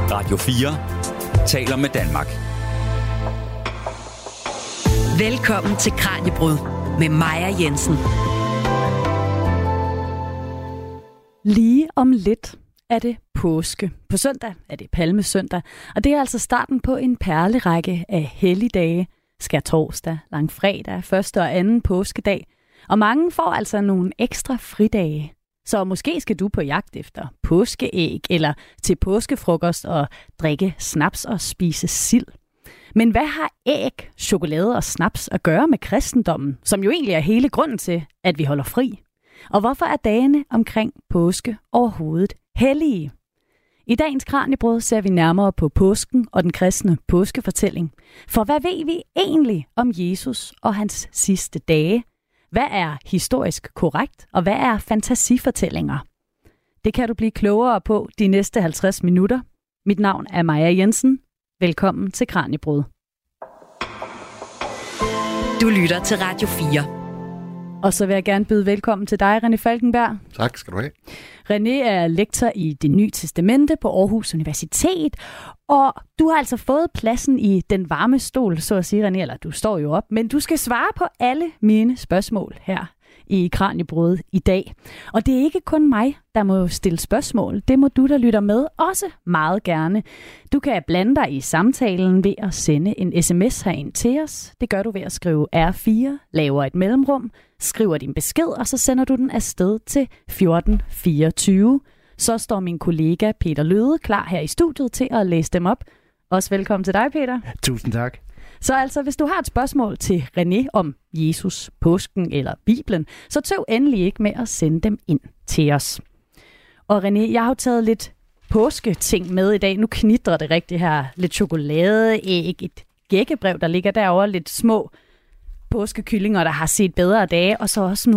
Radio 4 taler med Danmark. Velkommen til Kraniebrud med Maja Jensen. Lige om lidt er det påske. På søndag er det palmesøndag, og det er altså starten på en perlerække af helligdage. Skærtorsdag, langfredag, første og anden påskedag. Og mange får altså nogle ekstra fridage. Så måske skal du på jagt efter påskeæg eller til påskefrokost og drikke snaps og spise sild. Men hvad har æg, chokolade og snaps at gøre med kristendommen, som jo egentlig er hele grunden til, at vi holder fri? Og hvorfor er dagene omkring påske overhovedet hellige? I dagens Kraniebrud ser vi nærmere på påsken og den kristne påskefortælling. For hvad ved vi egentlig om Jesus og hans sidste dage? Hvad er historisk korrekt, og hvad er fantasifortællinger? Det kan du blive klogere på de næste 50 minutter. Mit navn er Maja Jensen. Velkommen til Kraniebrud. Du lytter til Radio 4. Og så vil jeg gerne byde velkommen til dig, René Falkenberg. Tak skal du have. René er lektor i Det Nye Testamente på Aarhus Universitet, og du har altså fået pladsen i den varme stol, så at sige, René, eller du står jo op, men du skal svare på alle mine spørgsmål her i Kraniebrud i dag. Og det er ikke kun mig, der må stille spørgsmål. Det må du, der lytter med, også meget gerne. Du kan blande dig i samtalen ved at sende en sms herind til os. Det gør du ved at skrive R4, laver et mellemrum, skriver din besked, og så sender du den afsted til 1424. Så står min kollega Peter Løde klar her i studiet til at læse dem op. Også velkommen til dig, Peter. Tusind tak. Så altså, hvis du har et spørgsmål til René om Jesus, påsken eller Bibelen, så tøv endelig ikke med at sende dem ind til os. Og René, jeg har jo taget lidt påsketing med i dag. Nu knitrer det rigtig her. Lidt chokoladeæg, et gækkebrev, der ligger derovre, lidt små påskekyllinger, der har set bedre dage, og så også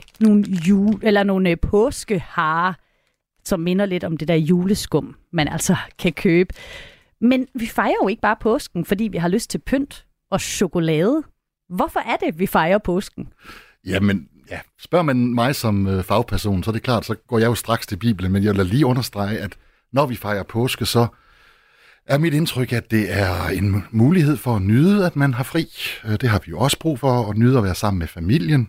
nogle påskeharer, som minder lidt om det der juleskum, man altså kan købe. Men vi fejrer jo ikke bare påsken, fordi vi har lyst til pynt og chokolade. Hvorfor er det, vi fejrer påsken? Jamen, spørger man mig som fagperson, så er det klart, så går jeg jo straks til Bibelen, men jeg vil lige understrege, at når vi fejrer påske, så er mit indtryk, at det er en mulighed for at nyde, at man har fri. Det har vi jo også brug for, at nyde at være sammen med familien.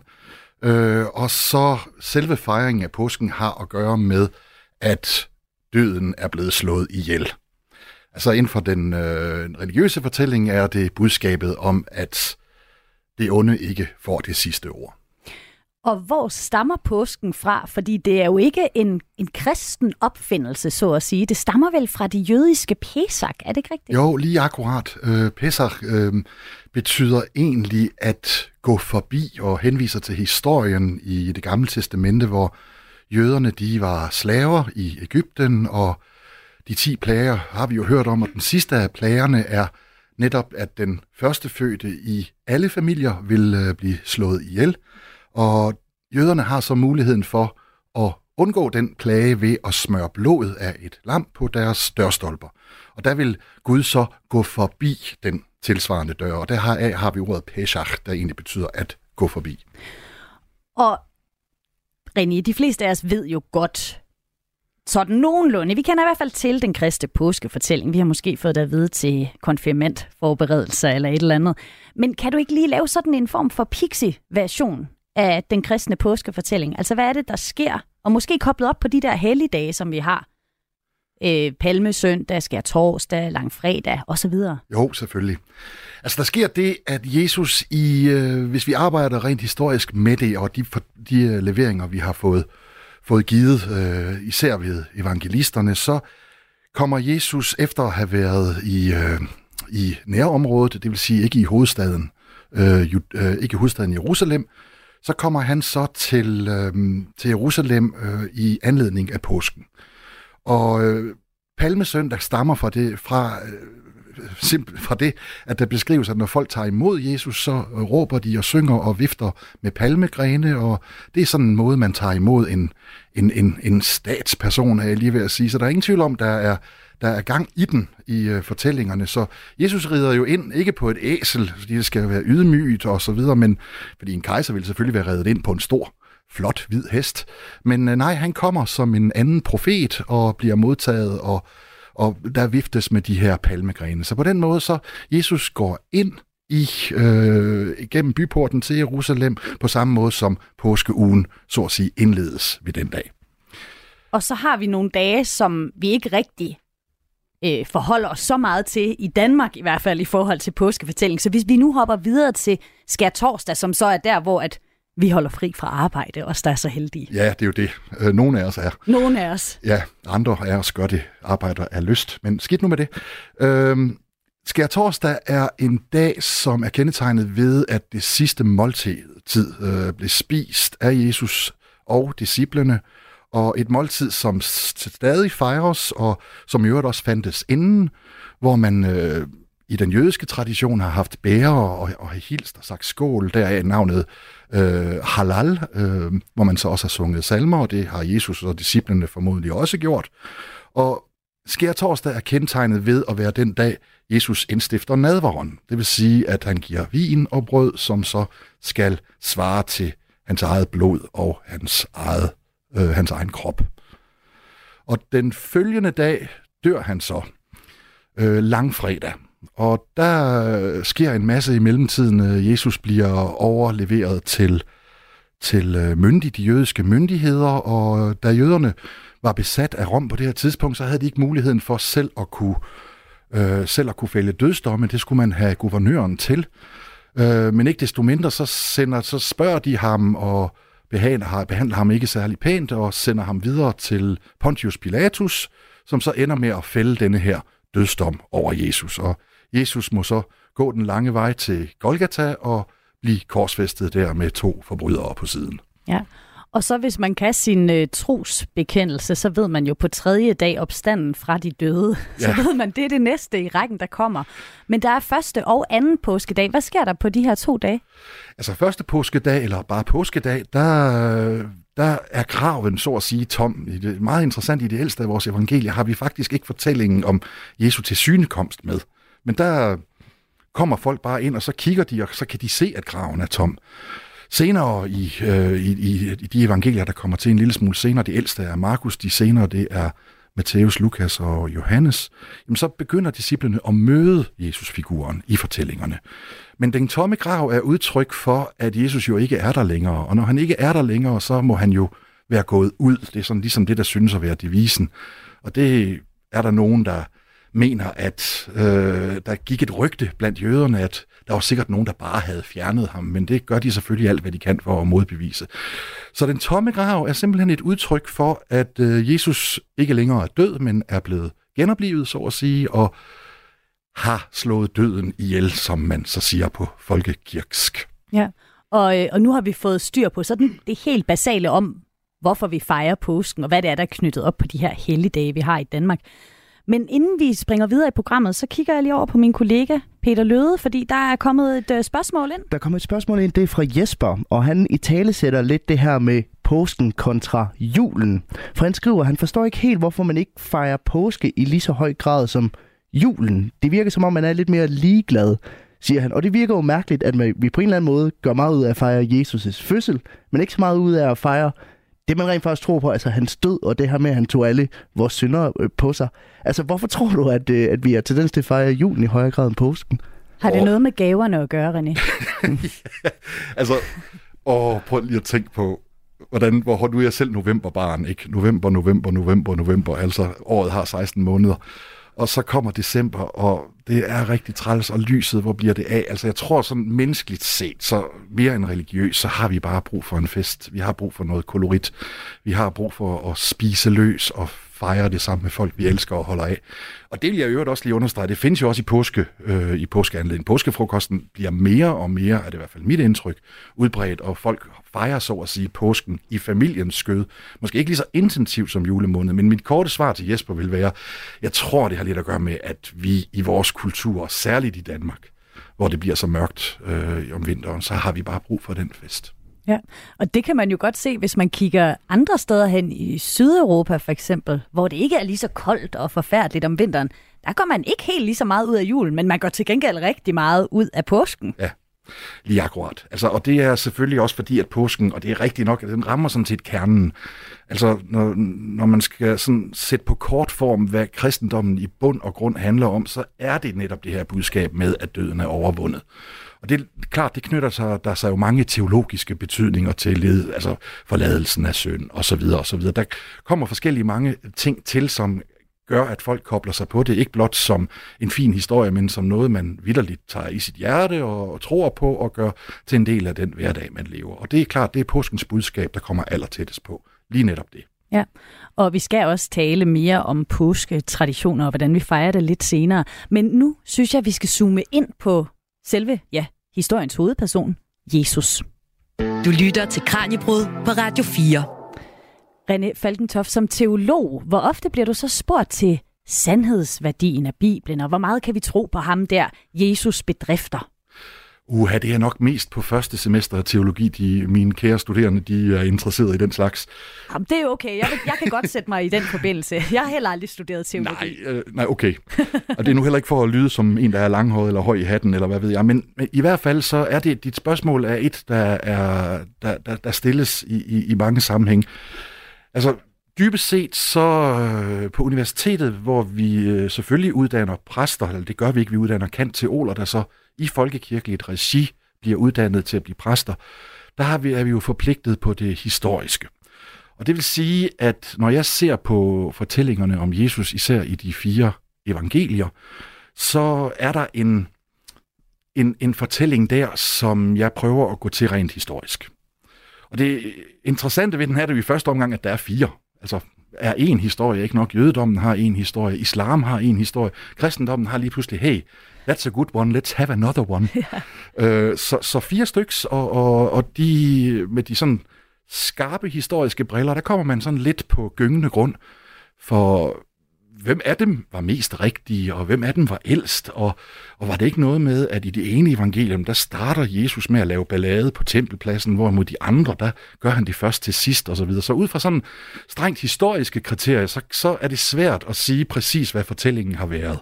Og så selve fejringen af påsken har at gøre med, at døden er blevet slået ihjel. Altså inden for den religiøse fortælling er det budskabet om, at det onde ikke får det sidste ord. Og hvor stammer påsken fra? Fordi det er jo ikke en kristen opfindelse, så at sige. Det stammer vel fra det jødiske Pesach, er det ikke rigtigt? Jo, lige akkurat. Pesach betyder egentlig at gå forbi og henviser til historien i Det Gamle Testamente, hvor jøderne de var slaver i Egypten, og de 10 plager har vi jo hørt om, og den sidste af plagerne er netop, at den førstefødte i alle familier vil blive slået ihjel. Og jøderne har så muligheden for at undgå den plage ved at smøre blodet af et lam på deres dørstolper. Og der vil Gud så gå forbi den tilsvarende dør, og der har vi ordet Pesach, der egentlig betyder at gå forbi. Og René, de fleste af os ved jo godt, sådan nogenlunde. Vi kender i hvert fald til den kristne påskefortælling. Vi har måske fået det at vide til konfirmandforberedelser eller et eller andet. Men kan du ikke lige lave sådan en form for pixie-version af den kristne påskefortælling? Altså, hvad er det, der sker? Og måske koblet op på de der helligdage, som vi har. Palmesøndag, skærtorsdag, langfredag osv. Jo, selvfølgelig. Altså, der sker det, at Jesus, hvis vi arbejder rent historisk med det, og de leveringer, vi har fået givet, især ved evangelisterne, så kommer Jesus efter at have været i nærområdet, det vil sige ikke i hovedstaden, ikke hovedstaden Jerusalem, så kommer han så til Jerusalem i anledning af påsken. Og palmesøndag stammer fra det, at der beskrives, at når folk tager imod Jesus, så råber de og synger og vifter med palmegrene, og det er sådan en måde, man tager imod en statsperson, er jeg lige ved at sige. Så der er ingen tvivl om, der er gang i den i fortællingerne. Så Jesus rider jo ind, ikke på et æsel, fordi det skal være ydmygt og så videre, men fordi en kejser vil selvfølgelig være redet ind på en stor, flot, hvid hest. Men nej, han kommer som en anden profet og bliver modtaget og der viftes med de her palmegrene. Så på den måde, så Jesus går ind igennem byporten til Jerusalem, på samme måde som påskeugen, så at sige, indledes ved den dag. Og så har vi nogle dage, som vi ikke rigtig forholder os så meget til, i Danmark i hvert fald, i forhold til påskefortælling. Så hvis vi nu hopper videre til skærtorsdag, som så er der, hvor at vi holder fri fra arbejde, os der er så heldige. Ja, det er jo det. Nogle af os er. Nogle af os. Ja, andre af os gør det, arbejder af lyst. Men skidt nu med det. Skærtorsdag er en dag, som er kendetegnet ved, at det sidste måltid blev spist af Jesus og disciplene, og et måltid, som stadig fejres, og som i øvrigt også fandtes inden, hvor man i den jødiske tradition har haft bærer og har hilst og sagt skål, der er navnet halal, hvor man så også har sunget salmer, og det har Jesus og disciplene formodentlig også gjort. Og skærtorsdag er kendetegnet ved at være den dag, Jesus indstifter nadveren. Det vil sige, at han giver vin og brød, som så skal svare til hans eget blod og hans egen krop. Og den følgende dag dør han så, langfredag. Og der sker en masse i mellemtiden. Jesus bliver overleveret til de jødiske myndigheder, og da jøderne var besat af Rom på det her tidspunkt, så havde de ikke muligheden for selv at kunne fælde dødsdomme. Det skulle man have guvernøren til. Men ikke desto mindre, så spørger de ham og behandler ham ikke særlig pænt og sender ham videre til Pontius Pilatus, som så ender med at fælde denne her dødsdom over Jesus. Og Jesus må så gå den lange vej til Golgata og blive korsfæstet der med 2 forbrydere på siden. Ja, og så hvis man kan sin trosbekendelse, så ved man jo på 3. dag opstanden fra de døde. Så ved man, det er det næste i rækken, der kommer. Men der er første og anden påskedag. Hvad sker der på de her 2 dage? Altså første påskedag, eller bare påskedag, der er graven, så at sige, tom. Det er meget interessant, i det ældste af vores evangelie har vi faktisk ikke fortællingen om Jesu tilsynekomst med. Men der kommer folk bare ind, og så kigger de, og så kan de se, at graven er tom. Senere i de evangelier, der kommer til en lille smule senere, det ældste er Markus, de senere det er Matthæus, Lukas og Johannes, jamen så begynder disciplene at møde Jesus-figuren i fortællingerne. Men den tomme grav er udtryk for, at Jesus jo ikke er der længere, og når han ikke er der længere, så må han jo være gået ud. Det er sådan ligesom det, der synes at være devisen. Og det er der nogen, der mener, at der gik et rygte blandt jøderne, at der var sikkert nogen, der bare havde fjernet ham, men det gør de selvfølgelig alt, hvad de kan for at modbevise. Så den tomme grav er simpelthen et udtryk for, at Jesus ikke længere er død, men er blevet genoplivet, så at sige, og har slået døden ihjel, som man så siger på folkekirksk. Ja, og nu har vi fået styr på sådan det helt basale om, hvorfor vi fejrer påsken, og hvad det er, der er knyttet op på de her helligdage, vi har i Danmark. Men inden vi springer videre i programmet, så kigger jeg lige over på min kollega Peter Løde, fordi der er kommet et spørgsmål ind. Der er kommet et spørgsmål ind, det er fra Jesper, og han italesætter lidt det her med påsken kontra julen. For han skriver, at han forstår ikke helt, hvorfor man ikke fejrer påske i lige så høj grad som julen. Det virker som om, man er lidt mere ligeglad, siger han. Og det virker jo mærkeligt, at vi på en eller anden måde gør meget ud af at fejre Jesus' fødsel, men ikke så meget ud af at fejre det, man rent faktisk tror på, altså hans død, og det her med, at han tog alle vores synder på sig. Altså, hvorfor tror du, at vi er tendens til at fejre julen i højere grad end påsken? Har det noget med gaverne at gøre, René? Ja, altså, prøv lige at tænke på, hvor nu er jeg selv novemberbarn, ikke? November, altså året har 16 måneder. Og så kommer december, og det er rigtig træls, og lyset, hvor bliver det af? Altså jeg tror sådan menneskeligt set, så mere end religiøst, så har vi bare brug for en fest. Vi har brug for noget kolorit. Vi har brug for at spise løs og fejre det sammen med folk, vi elsker og holder af. Og det vil jeg i øvrigt også lige understrege. Det findes jo også i påskeanledning. Påskefrokosten bliver mere og mere, er det i hvert fald mit indtryk, udbredt, og folk fejrer så at sige påsken i familiens skød. Måske ikke lige så intensivt som julemåned, men mit korte svar til Jesper vil være, jeg tror, det har lidt at gøre med, at vi i vores kultur, særligt i Danmark, hvor det bliver så mørkt om vinteren, så har vi bare brug for den fest. Ja, og det kan man jo godt se, hvis man kigger andre steder hen i Sydeuropa for eksempel, hvor det ikke er lige så koldt og forfærdeligt om vinteren. Der går man ikke helt lige så meget ud af julen, men man går til gengæld rigtig meget ud af påsken. Ja, Lige akkurat. Altså, og det er selvfølgelig også fordi, at påsken, og det er rigtigt nok, at den rammer sådan set kernen. Altså, når man skal sådan sætte på kort form, hvad kristendommen i bund og grund handler om, så er det netop det her budskab med, at døden er overvundet. Og det er klart, det knytter der sig jo mange teologiske betydninger til altså forladelsen af synd og så videre og så videre. Der kommer forskellige mange ting til, som gør, at folk kobler sig på det, ikke blot som en fin historie, men som noget, man vitterligt tager i sit hjerte og tror på og gør til en del af den hverdag, man lever. Og det er klart, det er påskens budskab, der kommer allertættest på. Lige netop det. Ja, og vi skal også tale mere om påsketraditioner og hvordan vi fejrer det lidt senere. Men nu synes jeg, vi skal zoome ind på selve, historiens hovedperson, Jesus. Du lytter til Kraniebrud på Radio 4. René Falkentoft, som teolog, hvor ofte bliver du så spurgt til sandhedsværdien af Bibelen, og hvor meget kan vi tro på ham der, Jesus bedrifter? Det er nok mest på første semester af teologi, mine kære studerende, de er interesseret i den slags. Jamen, det er okay. Jeg kan godt sætte mig i den forbindelse. Jeg har heller aldrig studeret teologi. Nej, okay. Og det er nu heller ikke for at lyde som en, der er langhåret eller høj i hatten, eller hvad ved jeg. Men i hvert fald så er det, dit spørgsmål er et, der stilles i mange sammenhæng. Altså, dybest set så på universitetet, hvor vi selvfølgelig uddanner præster, eller det gør vi ikke, vi uddanner kant-teoler, der så i folkekirkeligt regi bliver uddannet til at blive præster, der er vi jo forpligtet på det historiske. Og det vil sige, at når jeg ser på fortællingerne om Jesus, især i de 4 evangelier, så er der en fortælling der, som jeg prøver at gå til rent historisk. Og det interessante ved den er det i første omgang, at der er 4. Altså er en historie ikke nok. Jødedommen har en historie, islam har en historie, kristendommen har lige pludselig, hey, that's a good one, let's have another one. Ja. Så 4 styks, og de med de sådan skarpe historiske briller, der kommer man sådan lidt på gyngende grund, for hvem af dem var mest rigtige, og hvem af dem var ældst, og var det ikke noget med, at i det ene evangelium, der starter Jesus med at lave ballade på tempelpladsen, hvorimod de andre, der gør han det først til sidst, og så videre. Så ud fra sådan strengt historiske kriterier, så er det svært at sige præcis, hvad fortællingen har været.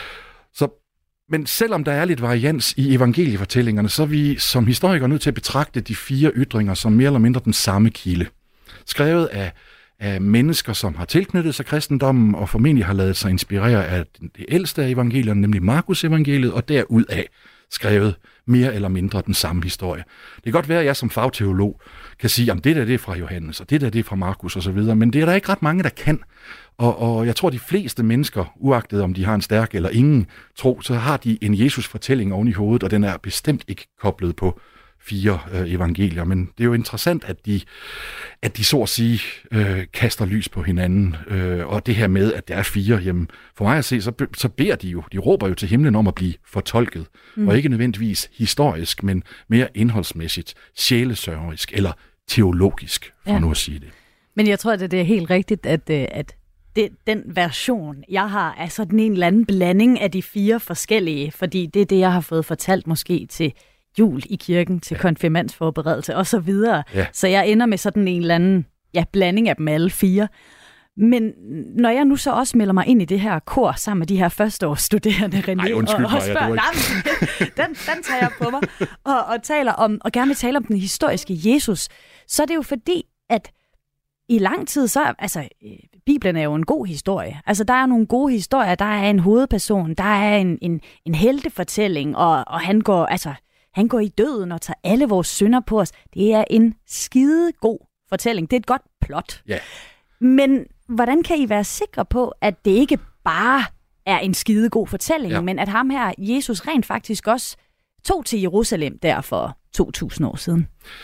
Men selvom der er lidt varians i evangeliefortællingerne, så er vi som historikere nødt til at betragte de 4 ytringer som mere eller mindre den samme kilde. Skrevet af mennesker, som har tilknyttet sig kristendommen, og formentlig har ladet sig inspirere af det ældste af evangelierne, nemlig Markus evangeliet, og derudaf skrevet mere eller mindre den samme historie. Det kan godt være, at jeg som fagteolog kan sige, at det der det er fra Johannes, og det der det er fra Markus osv., men det er der ikke ret mange, der kan. Og jeg tror, de fleste mennesker, uagtet om de har en stærk eller ingen tro, så har de en Jesus-fortælling oven i hovedet, og den er bestemt ikke koblet på 4 evangelier. Men det er jo interessant, at de så at sige kaster lys på hinanden. Og det her med, at der er 4, jamen, for mig at se, så beder de råber jo til himlen om at blive fortolket. Og ikke nødvendigvis historisk, men mere indholdsmæssigt, sjælesørgerisk eller teologisk, for nu at sige det. Men jeg tror, at det er helt rigtigt, at den version, jeg har, er sådan en eller anden blanding af de 4 forskellige, fordi det er det, jeg har fået fortalt måske til jul i kirken, til konfirmandsforberedelse og så videre. Ja. Så jeg ender med sådan en eller anden blanding af dem alle 4. Men når jeg nu så også melder mig ind i det her kor sammen med de her førsteårsstuderende, René, og spørger, den tager jeg på mig, og taler om, og gerne vil tale om den historiske Jesus, så er det jo fordi, at i lang tid, Bibelen er jo en god historie. Altså, der er nogle gode historier, der er en hovedperson, der er en heltefortælling, og han går i døden og tager alle vores synder på os. Det er en skide god fortælling. Det er et godt plot. Yeah. Men hvordan kan I være sikre på, at det ikke bare er en skide god fortælling, men at ham her, Jesus, rent faktisk også tog til Jerusalem der for 2000 år siden?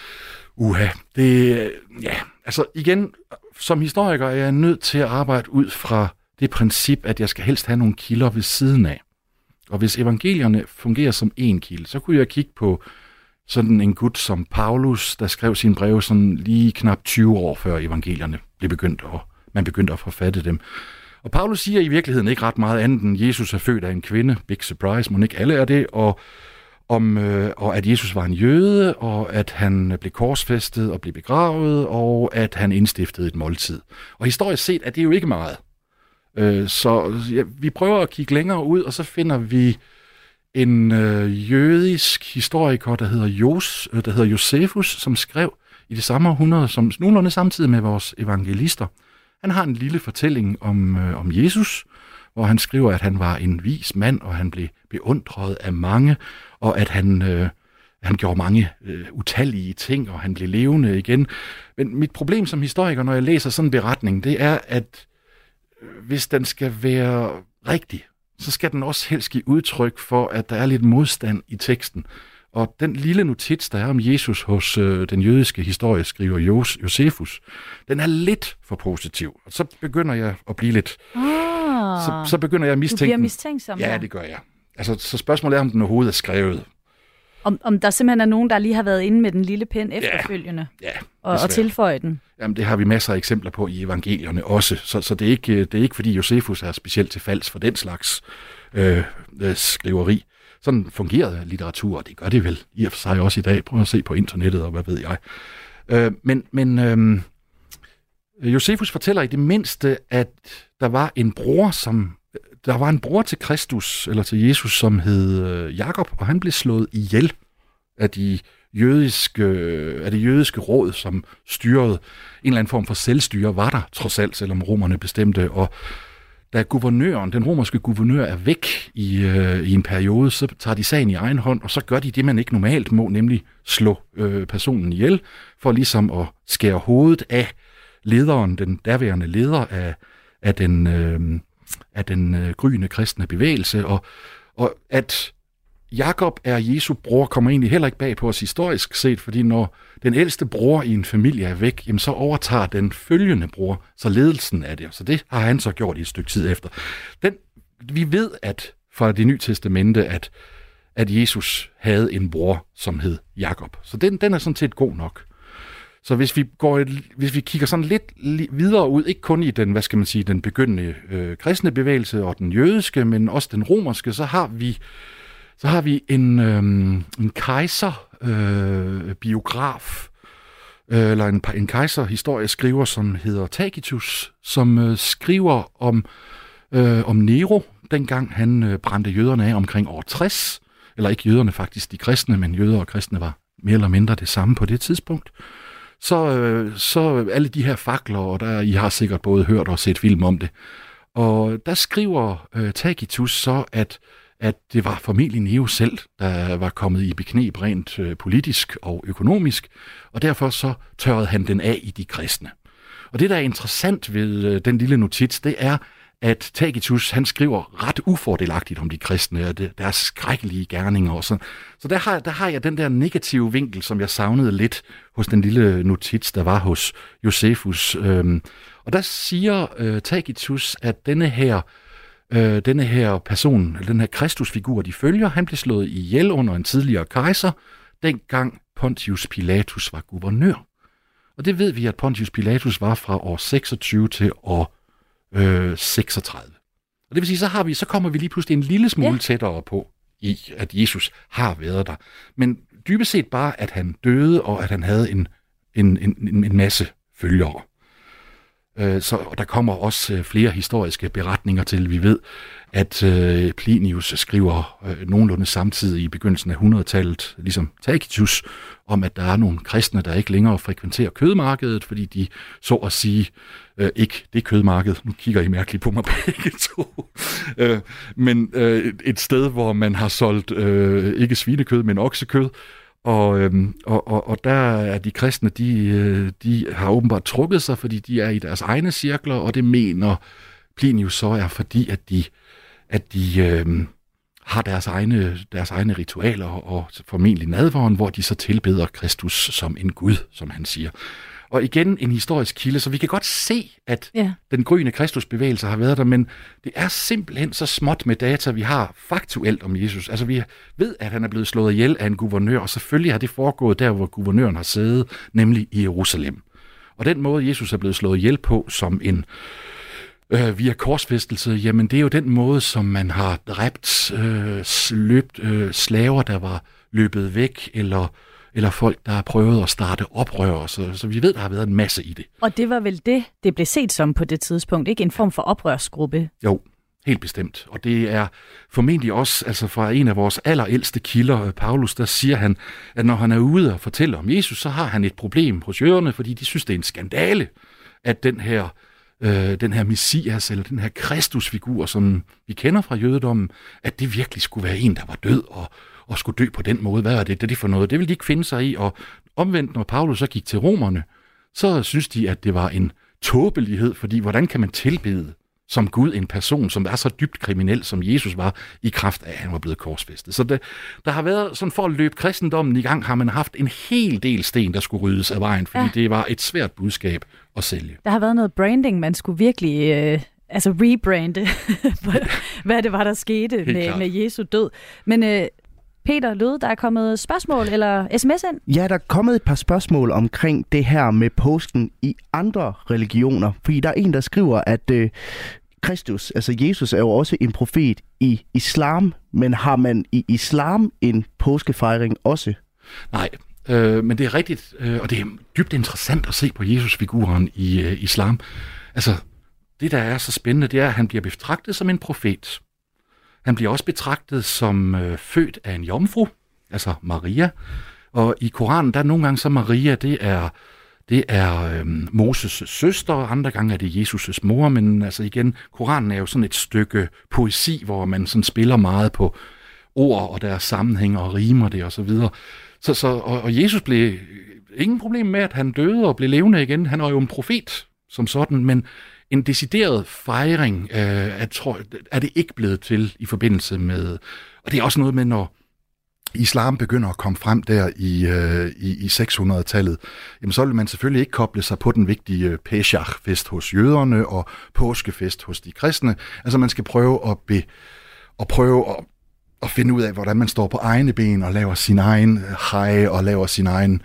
Altså igen, som historiker er jeg nødt til at arbejde ud fra det princip, at jeg skal helst have nogle kilder ved siden af. Og hvis evangelierne fungerer som en kilde, så kunne jeg kigge på sådan en gut som Paulus, der skrev sine breve sådan lige knap 20 år før evangelierne blev man begyndte at forfatte dem. Og Paulus siger i virkeligheden ikke ret meget andet end, Jesus er født af en kvinde, big surprise, må ikke alle er det, og at Jesus var en jøde, og at han blev korsfæstet og blev begravet, og at han indstiftede et måltid. Og historisk set er det jo ikke meget. Så vi prøver at kigge længere ud, og så finder vi en jødisk historiker, der hedder Josefus, som skrev i det samme århundrede, som nogenlunde samtidig med vores evangelister. Han har en lille fortælling om Jesus, hvor han skriver, at han var en vis mand, og han blev beundret af mange, og at han gjorde mange utallige ting, og han blev levende igen. Men mit problem som historiker, når jeg læser sådan en beretning, det er, at hvis den skal være rigtig, så skal den også helst give udtryk for, at der er lidt modstand i teksten. Og den lille notits, der er om Jesus hos den jødiske historieskriver Josefus, den er lidt for positiv. Og så begynder jeg at blive lidt... Så begynder jeg at mistænke... Du bliver mistænksom? Ja, det gør jeg. Altså, så spørgsmålet er, om den overhovedet er skrevet. Om der simpelthen er nogen, der lige har været inde med den lille pen efterfølgende og tilføje den? Jamen, det har vi masser af eksempler på i evangelierne også. Så det er ikke fordi Josefus er specielt til falds for den slags skriveri. Sådan fungerer litteratur, og det gør det vel i og for sig også i dag. Prøv at se på internettet, og hvad ved jeg. Men Josefus fortæller i det mindste, at der var en bror til Kristus, eller til Jesus, som hed Jakob, og han blev slået ihjel af det jødiske råd, som styrede en eller anden form for selvstyre, var der trods alt, selvom romerne bestemte. Og da den romerske guvernør, er væk i en periode, så tager de sagen i egen hånd, og så gør de det, man ikke normalt må, nemlig slå personen ihjel, for ligesom at skære hovedet af lederen, den derværende leder af den gryende kristne bevægelse, og at Jakob er Jesu bror, kommer egentlig heller ikke bag på os historisk set, fordi når den ældste bror i en familie er væk, jamen så overtager den følgende bror så ledelsen af det, så det har han så gjort i et stykke tid efter. Vi ved fra Det Nye Testamente, at Jesus havde en bror, som hed Jakob, så den er sådan set god nok. Så hvis vi kigger sådan lidt videre ud, ikke kun i den, den begyndende kristne bevægelse og den jødiske, men også den romerske, så har vi en kejserbiograf, eller en kejserhistorieskriver, som hedder Tacitus, som skriver om Nero, dengang han brændte jøderne af omkring år 60, eller ikke jøderne faktisk, de kristne, men jøder og kristne var mere eller mindre det samme på det tidspunkt. Så alle de her fakler, og I har sikkert både hørt og set film om det. Og der skriver Tacitus så, at det var formentlig Nero selv, der var kommet i bekneb rent politisk og økonomisk, og derfor så tørrede han den af i de kristne. Og det, der er interessant ved den lille notits, det er, at Tacitus, han skriver ret ufordelagtigt om de kristne og deres skrækkelige gerninger og sådan. Så der har jeg den der negative vinkel, som jeg savnede lidt hos den lille notits, der var hos Josefus. Og der siger Tacitus, at denne her person, den her Kristusfigur, de følger, han blev slået ihjel under en tidligere kejser, dengang Pontius Pilatus var guvernør. Og det ved vi, at Pontius Pilatus var fra år 26 til år 36. Og det vil sige, så kommer vi lige pludselig en lille smule tættere på, i at Jesus har været der. Men dybest set bare, at han døde, og at han havde en masse følgere. Og der kommer også flere historiske beretninger til. Vi ved, at Plinius skriver nogenlunde samtidig i begyndelsen af 100-tallet, ligesom Tacitus, om at der er nogle kristne, der ikke længere frekventerer kødmarkedet, fordi de så at sige ikke det kødmarked. Nu kigger I mærkeligt på mig begge to. Men et sted, hvor man har solgt ikke svinekød, men oksekød. Og der er de kristne, de har åbenbart trukket sig, fordi de er i deres egne cirkler, og det mener Plinius så er fordi, at de har deres egne ritualer og formentlig nadveren, hvor de så tilbeder Kristus som en Gud, som han siger. Og igen en historisk kilde, så vi kan godt se, at den gryende Kristusbevægelse har været der, men det er simpelthen så småt med data, vi har faktuelt om Jesus. Altså vi ved, at han er blevet slået ihjel af en guvernør, og selvfølgelig har det foregået der, hvor guvernøren har siddet, nemlig i Jerusalem. Og den måde, Jesus er blevet slået ihjel på som en via korsfæstelse, jamen det er jo den måde, som man har dræbt, slaver, der var løbet væk, eller folk, der har prøvet at starte oprør, så vi ved, der har været en masse i det. Og det var vel det blev set som på det tidspunkt, ikke? En form for oprørsgruppe? Jo, Helt bestemt. Og det er formentlig også altså fra en af vores allerældste kilder, Paulus, der siger han, at når han er ude og fortæller om Jesus, så har han et problem hos jøderne, fordi de synes, det er en skandale, at den her Messias, eller den her Kristusfigur, som vi kender fra jødedommen, at det virkelig skulle være en, der var død og skulle dø på den måde. Hvad er det for noget? Det ville de ikke finde sig i. Og omvendt, når Paulus så gik til romerne, så synes de, at det var en tåbelighed, fordi hvordan kan man tilbede som Gud en person, som er så dybt kriminel, som Jesus var, i kraft af, at han var blevet korsfæstet. Så der har været, sådan for at løbe kristendommen i gang, har man haft en hel del sten, der skulle ryddes af vejen, fordi det var et svært budskab at sælge. Der har været noget branding, man skulle virkelig rebrande, hvad det var, der skete med Jesu død. Men Peter Løde, der er kommet spørgsmål eller sms ind? Ja, der er kommet et par spørgsmål omkring det her med påsken i andre religioner. Fordi der er en, der skriver, at Kristus, altså Jesus, er jo også en profet i islam. Men har man i islam en påskefejring også? Nej, men det er rigtigt, og det er dybt interessant at se på Jesus-figuren i islam. Altså, det der er så spændende, det er, at han bliver betragtet som en profet. Han bliver også betragtet som født af en jomfru, altså Maria. Og i Koranen, der er nogle gange så Maria, det er Moses' søster, og andre gange er det Jesus' mor. Men altså igen, Koranen er jo sådan et stykke poesi, hvor man sådan spiller meget på ord og deres sammenhæng og rimer det og så videre. Og Jesus blev ingen problem med, at han døde og blev levende igen. Han var jo en profet som sådan, men en decideret fejring er det ikke blevet til i forbindelse med, og det er også noget med, når islam begynder at komme frem der i 600-tallet, jamen så vil man selvfølgelig ikke koble sig på den vigtige Pesach-fest hos jøderne og påskefest hos de kristne. Altså man skal prøve at finde ud af, hvordan man står på egne ben og laver sin egen hej og laver sin egen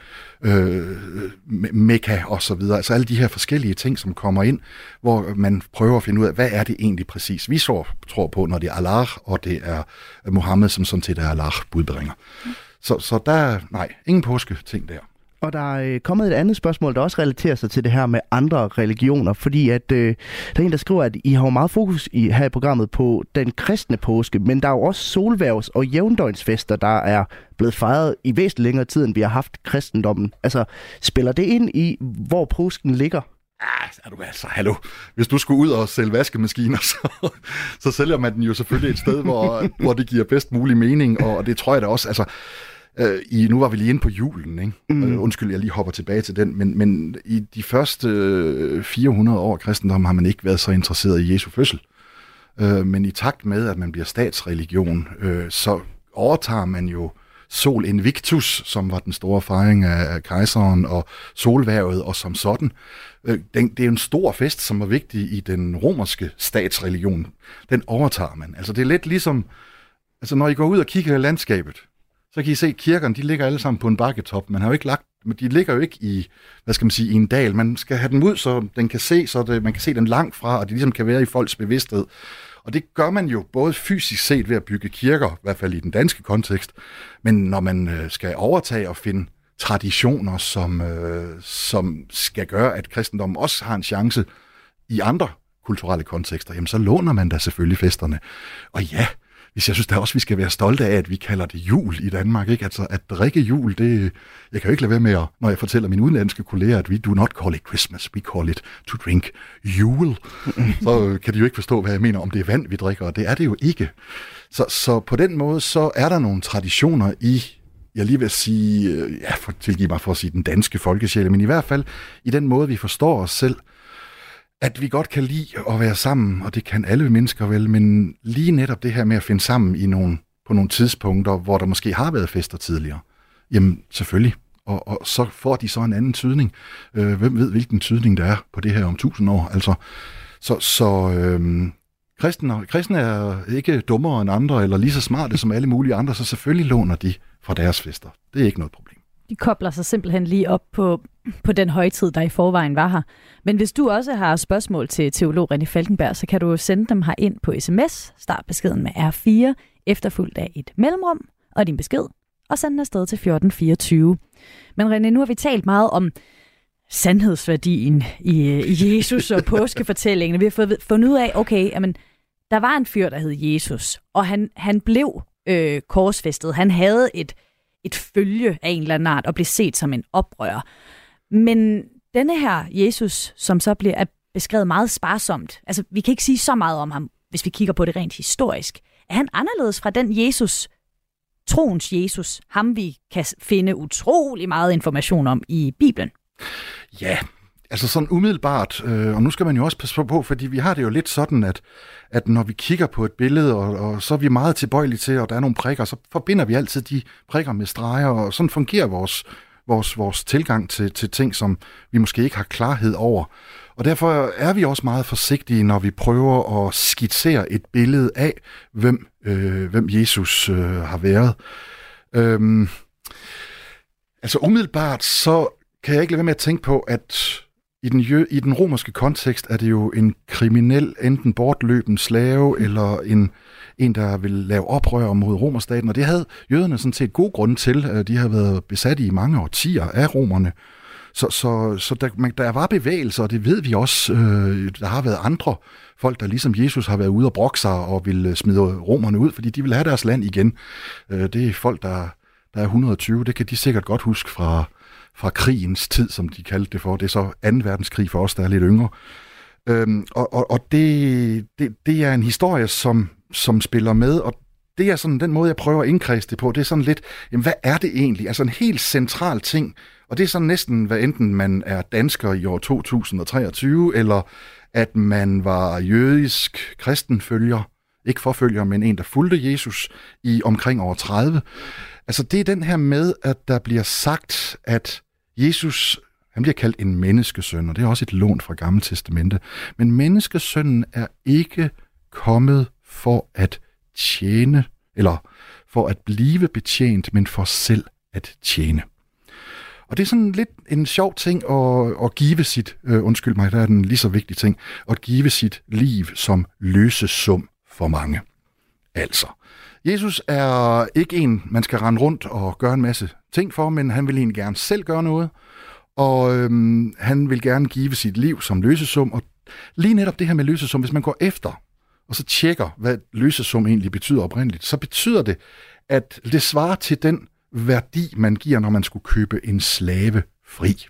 mekka og så videre. Altså alle de her forskellige ting, som kommer ind, hvor man prøver at finde ud af, hvad er det egentlig præcis, vi tror på, når det er Allah, og det er Muhammed, som sådan set er Allah budbringer. Så der er, ingen påske ting der. Og der er kommet et andet spørgsmål, der også relaterer sig til det her med andre religioner, fordi at der er en, der skriver, at I har jo meget fokus her i programmet på den kristne påske, men der er jo også solværvs- og jævndøgnsfester, der er blevet fejret i væsentligt længere tid, end vi har haft kristendommen. Altså, spiller det ind i, hvor påsken ligger? Er du altså, hallo. Hvis du skulle ud og sælge vaskemaskiner, så sælger man den jo selvfølgelig et sted, hvor det giver bedst mulig mening, og det tror jeg da også, altså. Nu var vi lige inde på julen, ikke? Undskyld, jeg lige hopper tilbage til den, men i de første 400 år af kristendommen har man ikke været så interesseret i Jesu fødsel. Men i takt med, at man bliver statsreligion, så overtager man jo Sol Invictus, som var den store fejring af kejseren, og solhvervet og som sådan. Det er en stor fest, som var vigtig i den romerske statsreligion. Den overtager man. Altså det er lidt ligesom, altså når I går ud og kigger i landskabet, så kan I se, at kirkerne, de ligger alle sammen på en bakketop. Man har jo ikke lagt, de ligger jo ikke i, i en dal. Man skal have dem ud, så den kan se, man kan se den langt fra, og det ligesom kan være i folks bevidsthed. Og det gør man jo både fysisk set ved at bygge kirker, i hvert fald i den danske kontekst, men når man skal overtage og finde traditioner, som skal gøre, at kristendommen også har en chance i andre kulturelle kontekster, jamen så låner man da selvfølgelig festerne. Og ja, hvis jeg synes da også, vi skal være stolte af, at vi kalder det jul i Danmark, ikke? Altså at drikke jul, det, jeg kan jo ikke lade være med, når jeg fortæller mine udenlandske kolleger, at we do not call it Christmas, we call it to drink jule. Så kan de jo ikke forstå, hvad jeg mener, om det er vand, vi drikker, og det er det jo ikke. Så på den måde, så er der nogle traditioner i, jeg lige vil sige, tilgiv mig for at sige den danske folkesjæl, men i hvert fald i den måde, vi forstår os selv, at vi godt kan lide at være sammen, og det kan alle mennesker vel, men lige netop det her med at finde sammen på nogle tidspunkter, hvor der måske har været fester tidligere, jamen selvfølgelig, og så får de så en anden tydning. Hvem ved, hvilken tydning der er på det her om 1000 år? Altså, kristne er ikke dummere end andre, eller lige så smarte som alle mulige andre, så selvfølgelig låner de fra deres fester. Det er ikke noget problem. De kobler sig simpelthen lige op på den højtid, der i forvejen var her. Men hvis du også har spørgsmål til teolog René Falkenberg, så kan du sende dem her ind på sms. Start beskeden med R4, efterfulgt af et mellemrum og din besked, og send den afsted til 1424. Men René, nu har vi talt meget om sandhedsværdien i Jesus og påskefortællingen. Vi har fundet ud af, okay, jamen, der var en fyr, der hed Jesus, og han blev korsfæstet. Han havde et følge af en eller anden art og blev set som en oprører. Men denne her Jesus, som så er beskrevet meget sparsomt, altså vi kan ikke sige så meget om ham, hvis vi kigger på det rent historisk. Er han anderledes fra den Jesus, troens Jesus, ham vi kan finde utrolig meget information om i Bibelen? Ja, altså sådan umiddelbart, og nu skal man jo også passe på, fordi vi har det jo lidt sådan, at når vi kigger på et billede, og så er vi meget tilbøjelige til, og der er nogle prikker, så forbinder vi altid de prikker med streger, og sådan fungerer vores tilgang til ting, som vi måske ikke har klarhed over. Og derfor er vi også meget forsigtige, når vi prøver at skitsere et billede af, hvem Jesus har været. Altså umiddelbart, så kan jeg ikke lade være med at tænke på, at i den romerske kontekst er det jo en kriminel, enten bortløben slave, eller en, der vil lave oprør mod romerstaten, og det havde jøderne sådan set god grund til. De havde været besat i mange årtier af romerne. Så der var bevægelser, og det ved vi også. Der har været andre folk, der ligesom Jesus har været ude og brokke sig og ville smide romerne ud, fordi de ville have deres land igen. Det er folk, der er 120. Det kan de sikkert godt huske fra krigens tid, som de kaldte det for. Det er så 2. verdenskrig for os, der er lidt yngre. Og det er en historie, som spiller med, og det er sådan den måde, jeg prøver at indkredse det på. Det er sådan lidt, jamen, hvad er det egentlig? Altså en helt central ting, og det er sådan næsten, hvad enten man er dansker i år 2023, eller at man var jødisk kristenfølger, ikke forfølger, men en, der fulgte Jesus i omkring år 30. Altså det er den her med, at der bliver sagt, at Jesus, han bliver kaldt en menneskesøn, og det er også et lån fra Gamle Testamente. Men menneskesønnen er ikke kommet for at tjene, eller for at blive betjent, men for selv at tjene. Og det er sådan lidt en sjov ting at give sit, undskyld mig, der er den lige så vigtige ting, at give sit liv som løsesum for mange. Altså, Jesus er ikke en, man skal rende rundt og gøre en masse ting for, men han vil egentlig gerne selv gøre noget, og han vil gerne give sit liv som løsesum. Og lige netop det her med løsesum, hvis man går efter, og så tjekker, hvad løsesum egentlig betyder oprindeligt, så betyder det, at det svarer til den værdi, man giver, når man skulle købe en slave fri.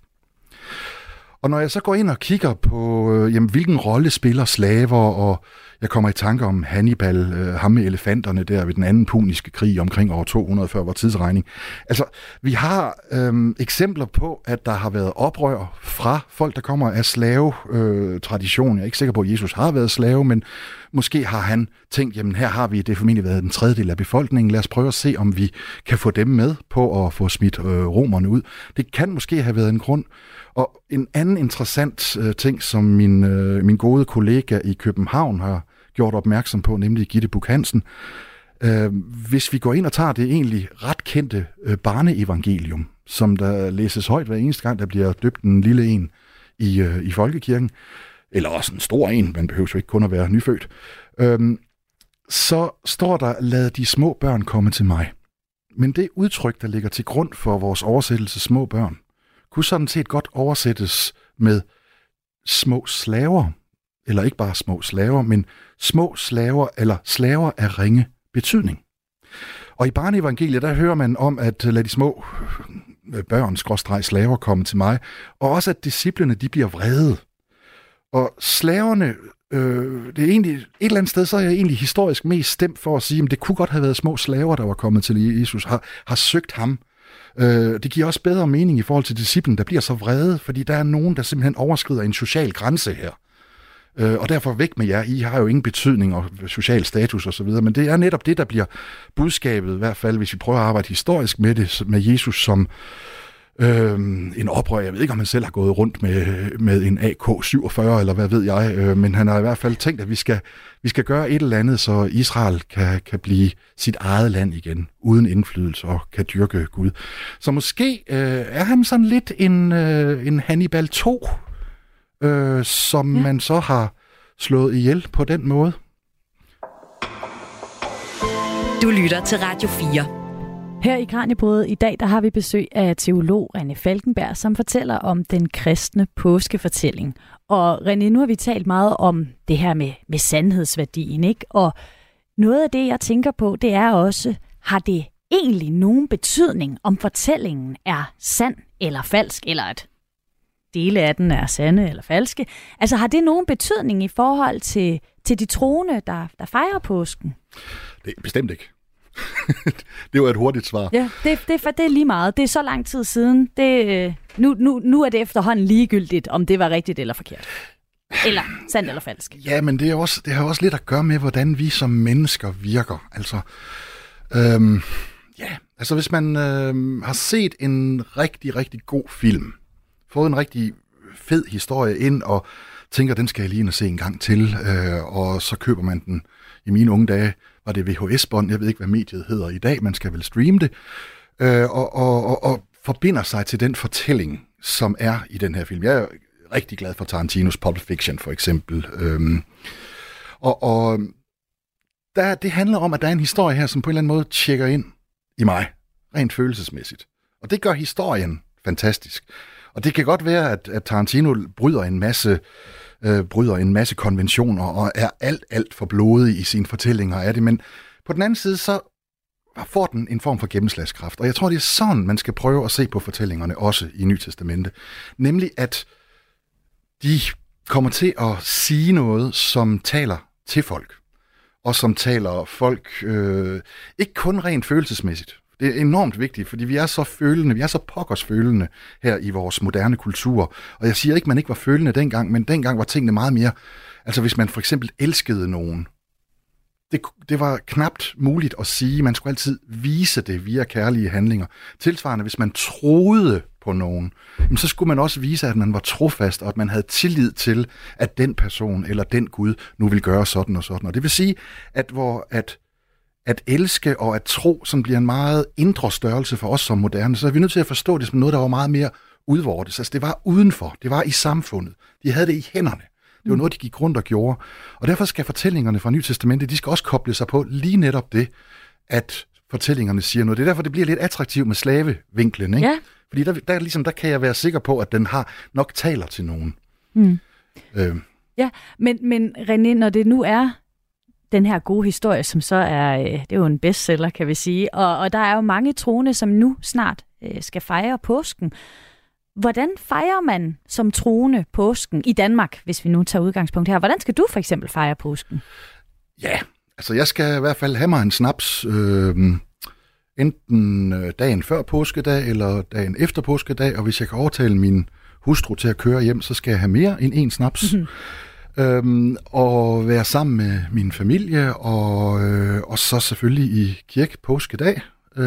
Og når jeg så går ind og kigger på, hvilken rolle spiller slaver, og jeg kommer i tanke om Hannibal, ham med elefanterne der ved den anden puniske krig omkring år 200 før vores tidsregning. Altså, vi har eksempler på, at der har været oprør fra folk, der kommer af slave-tradition. Jeg er ikke sikker på, at Jesus har været slave, men måske har han tænkt, jamen her har vi det formentlig været en tredjedel af befolkningen. Lad os prøve at se, om vi kan få dem med på at få smidt romerne ud. Det kan måske have været en grund. Og en anden interessant ting, som min gode kollega i København har gjort opmærksom på, nemlig Gitte Buch-Hansen. Hvis vi går ind og tager det egentlig ret kendte barneevangelium, som der læses højt hver eneste gang, der bliver døbt en lille en i folkekirken, eller også en stor en, man behøver jo ikke kun at være nyfødt, så står der, lad de små børn komme til mig. Men det udtryk, der ligger til grund for vores oversættelse små børn, kunne sådan set godt oversættes med små slaver, eller ikke bare små slaver, men små slaver eller slaver af ringe betydning. Og i barneevangeliet, der hører man om, at lad de små børn/slaver komme til mig, og også at disciplene, de bliver vrede. Og slaverne, det er egentlig, et eller andet sted, så er jeg egentlig historisk mest stemt for at sige, at det kunne godt have været små slaver, der var kommet til Jesus, har søgt ham. Det giver også bedre mening i forhold til disciplen, der bliver så vrede, fordi der er nogen, der simpelthen overskrider en social grænse her. Og derfor væk med jer, I har jo ingen betydning og social status osv., men det er netop det, der bliver budskabet, i hvert fald hvis vi prøver at arbejde historisk med det, med Jesus som en oprør. Jeg ved ikke, om han selv har gået rundt med en AK-47, eller hvad ved jeg, men han har i hvert fald tænkt, at vi skal gøre et eller andet, så Israel kan blive sit eget land igen, uden indflydelse og kan dyrke Gud. Så måske er han sådan lidt en Hannibal 2, som man så har slået ihjel på den måde. Du lytter til Radio 4. Her i Kraniebrød i dag, der har vi besøg af teolog René Falkenberg, som fortæller om den kristne påskefortælling. Og René, nu har vi talt meget om det her med sandhedsværdien, ikke? Og noget af det, jeg tænker på, det er også, har det egentlig nogen betydning, om fortællingen er sand eller falsk, eller at dele af den er sande eller falske? Altså, har det nogen betydning i forhold til de troende, der fejrer påsken? Det er bestemt ikke. Det var et hurtigt svar. Ja, det er lige meget. Det er så lang tid siden. Nu er det efterhånden ligegyldigt, om det var rigtigt eller forkert. Eller sandt eller falsk. Ja, men det har også lidt at gøre med, hvordan vi som mennesker virker. Altså, hvis man har set en rigtig, rigtig god film, fået en rigtig fed historie ind, og tænker, den skal jeg lige ind og se en gang til, og så køber man den. I mine unge dage var det VHS-bånd, jeg ved ikke, hvad mediet hedder i dag, man skal vel streame det, og forbinder sig til den fortælling, som er i den her film. Jeg er rigtig glad for Tarantinos Pulp Fiction, for eksempel. Det handler om, at der er en historie her, som på en eller anden måde tjekker ind i mig, rent følelsesmæssigt. Og det gør historien fantastisk. Og det kan godt være, at Tarantino bryder en masse konventioner og er alt for blodig i sine fortællinger af det, men på den anden side, så får den en form for gennemslagskraft. Og jeg tror, det er sådan, man skal prøve at se på fortællingerne, også i Nye Testamente. Nemlig, at de kommer til at sige noget, som taler til folk, og som taler folk ikke kun rent følelsesmæssigt. Det er enormt vigtigt, fordi vi er så følende, vi er så pokkers følende her i vores moderne kultur. Og jeg siger ikke, at man ikke var følende dengang, men dengang var tingene meget mere. Altså hvis man for eksempel elskede nogen, det var knapt muligt at sige. Man skulle altid vise det via kærlige handlinger. Tilsvarende, hvis man troede på nogen, så skulle man også vise, at man var trofast, og at man havde tillid til, at den person eller den Gud nu ville gøre sådan og sådan. Og det vil sige, at elske og at tro, som bliver en meget indre størrelse for os som moderne, så er vi nødt til at forstå det som noget, der var meget mere udvortes. Altså det var udenfor, det var i samfundet. De havde det i hænderne. Det var noget, de gik rundt og gjorde. Og derfor skal fortællingerne fra Nye Testamente, de skal også koble sig på lige netop det, at fortællingerne siger noget. Det er derfor, det bliver lidt attraktivt med slavevinklen, ikke? Ja. Fordi der kan jeg være sikker på, at den har nok taler til nogen. Ja, men René, når det nu er den her gode historie, som så er, det er jo en bestseller, kan vi sige, og der er jo mange troende, som nu snart skal fejre påsken. Hvordan fejrer man som troende påsken i Danmark, hvis vi nu tager udgangspunkt her? Hvordan skal du for eksempel fejre påsken? Ja, altså jeg skal i hvert fald have mig en snaps, enten dagen før påskedag eller dagen efter påskedag, og hvis jeg kan overtale min hustru til at køre hjem, så skal jeg have mere end en snaps. Og være sammen med min familie, og så selvfølgelig i kirke påskedag.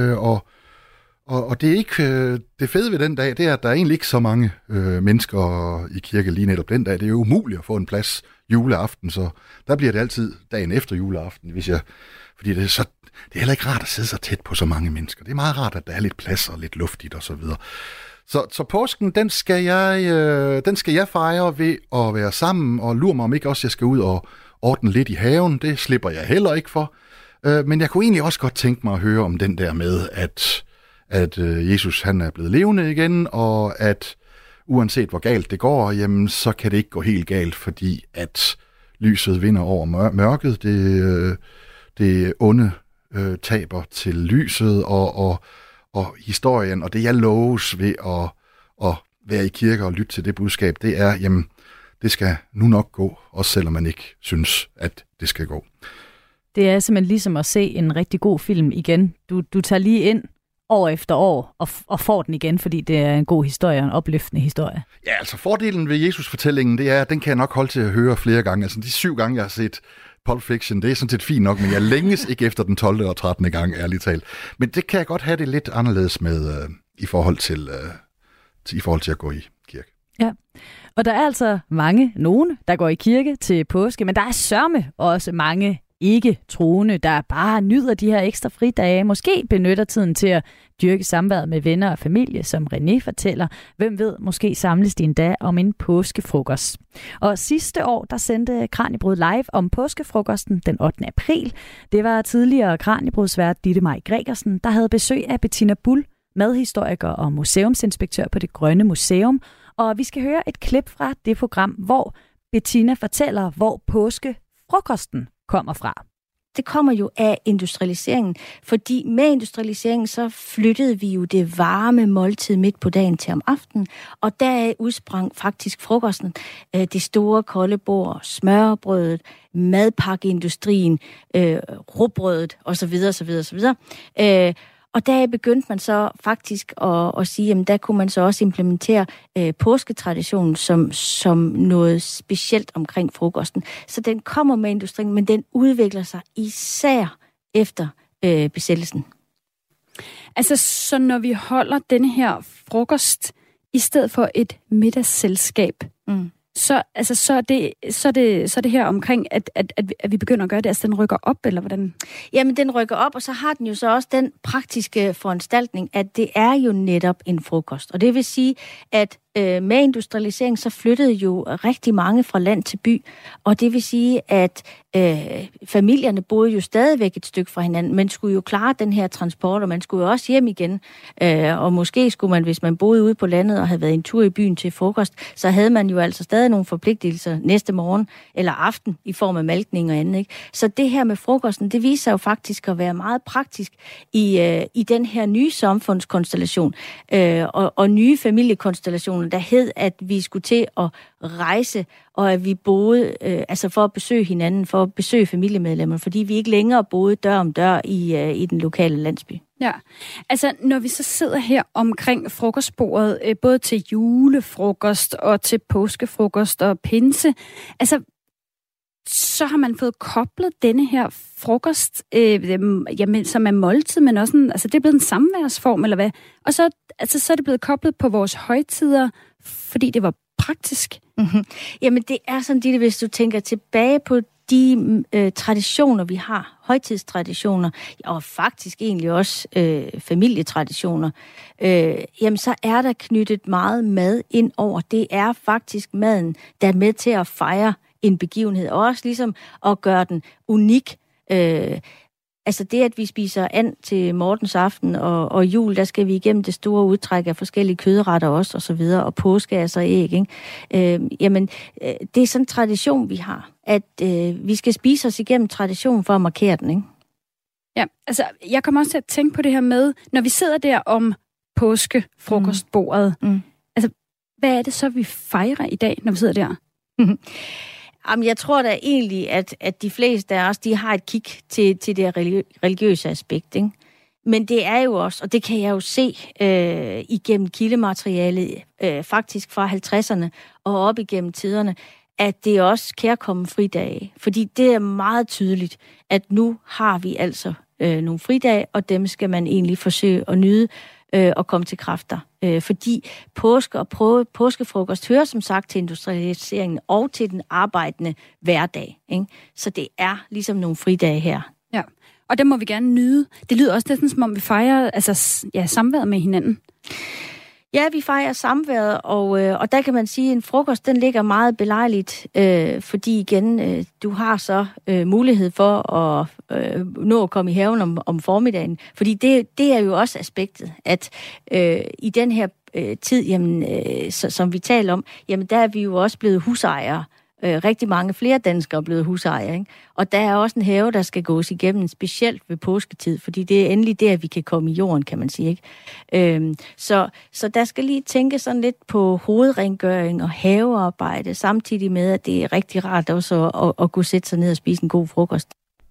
Og det er ikke det fede ved den dag, det er, at der er egentlig ikke så mange mennesker i kirke lige netop den dag. Det er jo umuligt at få en plads juleaften, så der bliver det altid dagen efter juleaften, fordi det er heller ikke rart at sidde så tæt på så mange mennesker. Det er meget rart, at der er lidt plads og lidt luftigt og så videre. Så påsken, den skal jeg fejre ved at være sammen, og lure mig om ikke også, jeg skal ud og ordne lidt i haven. Det slipper jeg heller ikke for. Men jeg kunne egentlig også godt tænke mig at høre om den der med, at Jesus han er blevet levende igen, og at uanset hvor galt det går, jamen, så kan det ikke gå helt galt, fordi at lyset vinder over mørket. Det onde taber til lyset, og historien, og det jeg loves ved at være i kirke og lytte til det budskab, det er, jamen, det skal nu nok gå, også selvom man ikke synes, at det skal gå. Det er simpelthen ligesom at se en rigtig god film igen. Du tager lige ind år efter år og får den igen, fordi det er en god historie og en opløftende historie. Ja, altså fordelen ved Jesus-fortællingen, det er, at den kan jeg nok holde til at høre flere gange. Altså de 7 gange, jeg har set Pulp Fiction, det er sådan set fint nok, men jeg længes ikke efter den 12. og 13. gang, ærligt talt. Men det kan jeg godt have det lidt anderledes med i forhold til at gå i kirke. Ja, og der er altså nogen, der går i kirke til påske, men der er sørme også mange ikke troende, der bare nyder de her ekstra fridage, måske benytter tiden til at dyrke samværet med venner og familie, som René fortæller. Hvem ved, måske samles de endda om en påskefrokost. Og sidste år, der sendte Kraniebrud live om påskefrokosten den 8. april. Det var tidligere Kraniebrudsvært Ditte Maj Gregersen, der havde besøg af Bettina Bull, madhistoriker og museumsinspektør på Det Grønne Museum. Og vi skal høre et klip fra det program, hvor Bettina fortæller, hvor påskefrokosten kommer fra. Det kommer jo af industrialiseringen, fordi med industrialiseringen så flyttede vi jo det varme måltid midt på dagen til om aftenen, og deraf udsprang faktisk frokosten, det store kolde bord, smørbrødet, madpakkeindustrien, rugbrødet osv. Og der begyndte man så faktisk at sige, at der kunne man så også implementere påsketraditionen som noget specielt omkring frokosten. Så den kommer med industrien, men den udvikler sig især efter besættelsen. Altså, så når vi holder denne her frokost i stedet for et middagsselskab, så er det her omkring, at vi begynder at gøre det, altså den rykker op, eller hvordan? Jamen, den rykker op, og så har den jo så også den praktiske foranstaltning, at det er jo netop en frokost. Og det vil sige, at med industrialisering, så flyttede jo rigtig mange fra land til by, og det vil sige, at familierne boede jo stadigvæk et stykke fra hinanden, men skulle jo klare den her transport, og man skulle jo også hjem igen, og måske skulle man, hvis man boede ude på landet og havde været en tur i byen til frokost, så havde man jo altså stadig nogle forpligtelser næste morgen eller aften i form af malkning og andet, ikke? Så det her med frokosten, det viser jo faktisk at være meget praktisk i den her nye samfundskonstellation og nye familiekonstellationer, der hed, at vi skulle til at rejse, og at vi boede for at besøge hinanden, for at besøge familiemedlemmer, fordi vi ikke længere boede dør om dør i den lokale landsby. Ja, altså når vi så sidder her omkring frokostbordet, både til julefrokost og til påskefrokost og pinse, altså så har man fået koblet denne her frokost, som er måltid, men også det er blevet en samværsform, eller hvad? Og så er det blevet koblet på vores højtider, fordi det var praktisk. Mm-hmm. Jamen det er sådan, Ditte, hvis du tænker tilbage på de traditioner, vi har, højtidstraditioner, og faktisk egentlig også familietraditioner, jamen så er der knyttet meget mad ind over. Det er faktisk maden, der er med til at fejre en begivenhed, og også ligesom at gøre den unik. Altså det, at vi spiser and til morgens aften og jul, der skal vi igennem det store udtræk af forskellige kødretter også, og så videre, og påske er så æg, ikke? Det er sådan en tradition, vi har, at vi skal spise os igennem traditionen for at markere den, ikke? Ja, altså jeg kommer også til at tænke på det her med, når vi sidder der om påskefrokostbordet, altså hvad er det så, vi fejrer i dag, når vi sidder der? Jamen, jeg tror da egentlig, at de fleste af os, de har et kig til det religiøse aspekt, ikke? Men det er jo også, og det kan jeg jo se igennem kildematerialet, faktisk fra 50'erne og op igennem tiderne, at det er også kærkommen fridage. Fordi det er meget tydeligt, at nu har vi altså nogle fridage, og dem skal man egentlig forsøge at nyde og komme til kræfter. Fordi påske og påskefrokost hører som sagt til industrialiseringen og til den arbejdende hverdag, ikke? Så det er ligesom nogle fridage her. Ja, og dem må vi gerne nyde. Det lyder også næsten som om vi fejrer samværet med hinanden. Ja, vi fejrer samværet, og der kan man sige, at en frokost, den ligger meget belejligt, fordi igen, du har så mulighed for at nå at komme i haven om formiddagen. Fordi det er jo også aspektet, at i den her tid, jamen, som vi taler om, jamen der er vi jo også blevet husejere. Rigtig mange flere danskere er blevet husejere, ikke? Og der er også en have, der skal gås igennem, specielt ved påsketid, fordi det er endelig der, vi kan komme i jorden, kan man sige, ikke? Så der skal lige tænke sådan lidt på hovedrengøring og havearbejde, samtidig med, at det er rigtig rart også at kunne sætte sig ned og spise en god frokost.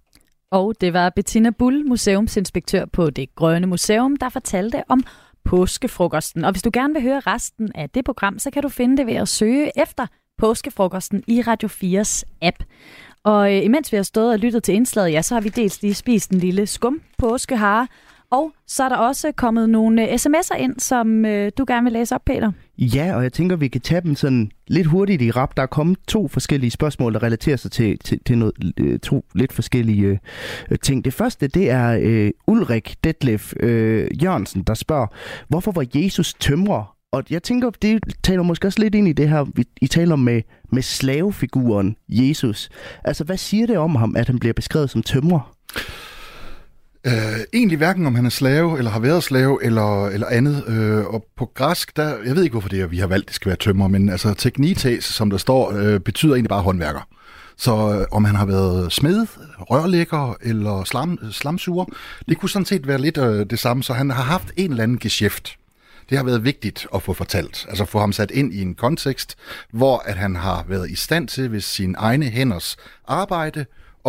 Og det var Bettina Bull, museumsinspektør på Det Grønne Museum, der fortalte om påskefrokosten. Og hvis du gerne vil høre resten af det program, så kan du finde det ved at søge efter påskefrokosten i Radio 4's app. Og imens vi har stået og lyttet til indslaget, ja, så har vi dels lige spist en lille skum påskehare, Og så er der også kommet nogle sms'er ind, som du gerne vil læse op, Peter. Ja, og jeg tænker, vi kan tage dem sådan lidt hurtigt i rap. Der er kommet 2 forskellige spørgsmål, der relaterer sig til noget, 2 lidt forskellige ting. Det første, det er Ulrik Detlef Jørgensen, der spørger, hvorfor var Jesus tømrer? Og jeg tænker, det taler måske også lidt ind i det her, I taler om med slavefiguren Jesus. Altså, hvad siger det om ham, at han bliver beskrevet som tømrer? Egentlig hverken om han er slave, eller har været slave, eller andet. Og på græsk, der, jeg ved ikke, hvorfor det er, vi har valgt, det skal være tømrer, men altså teknites, som der står, betyder egentlig bare håndværker. Så om han har været smed, rørlægger eller slamsuger, det kunne sådan set være lidt det samme. Så han har haft en eller anden geschæft. Det har været vigtigt at få fortalt, altså få ham sat ind i en kontekst, hvor at han har været i stand til ved sine egne hænders arbejde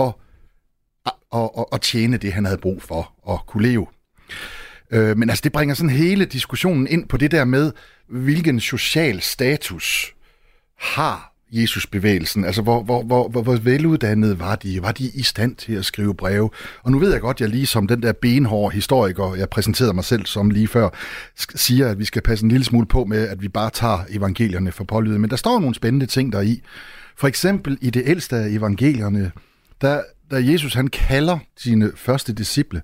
og tjene det, han havde brug for at kunne leve. Men altså, det bringer sådan hele diskussionen ind på det der med, hvilken social status har Jesus-bevægelsen? Altså, hvor veluddannede var de? Var de i stand til at skrive breve? Og nu ved jeg godt, jeg lige som den der benhårde historiker, jeg præsenterede mig selv som lige før, siger, at vi skal passe en lille smule på med, at vi bare tager evangelierne for pålydet. Men der står nogle spændende ting deri. For eksempel i det ældste af evangelierne, da Jesus han kalder sine første disciple,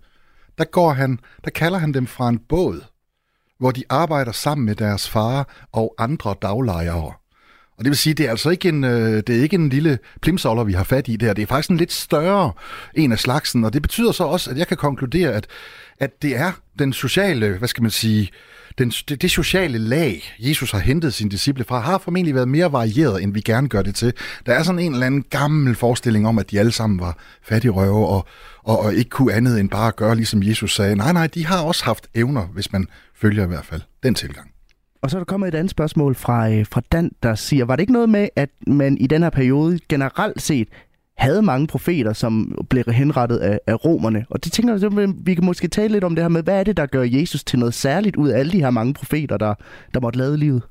der kalder han dem fra en båd, hvor de arbejder sammen med deres far og andre daglejere. Og det vil sige, det er altså ikke en lille plimsoller, vi har fat i der. Det er faktisk en lidt større en af slagsen, og det betyder så også, at jeg kan konkludere, at det er den sociale, hvad skal man sige, det sociale lag, Jesus har hentet sine disciple fra, har formentlig været mere varieret, end vi gerne gør det til. Der er sådan en eller anden gammel forestilling om, at de alle sammen var fattigrøve og ikke kunne andet end bare at gøre, ligesom Jesus sagde. Nej, de har også haft evner, hvis man følger i hvert fald den tilgang. Og så er der kommet et andet spørgsmål fra Dan, der siger, var det ikke noget med, at man i den her periode generelt set havde mange profeter, som blev henrettet af romerne? Og det tænker jeg, vi kan måske tale lidt om det her med, hvad er det, der gør Jesus til noget særligt ud af alle de her mange profeter, der måtte lade livet?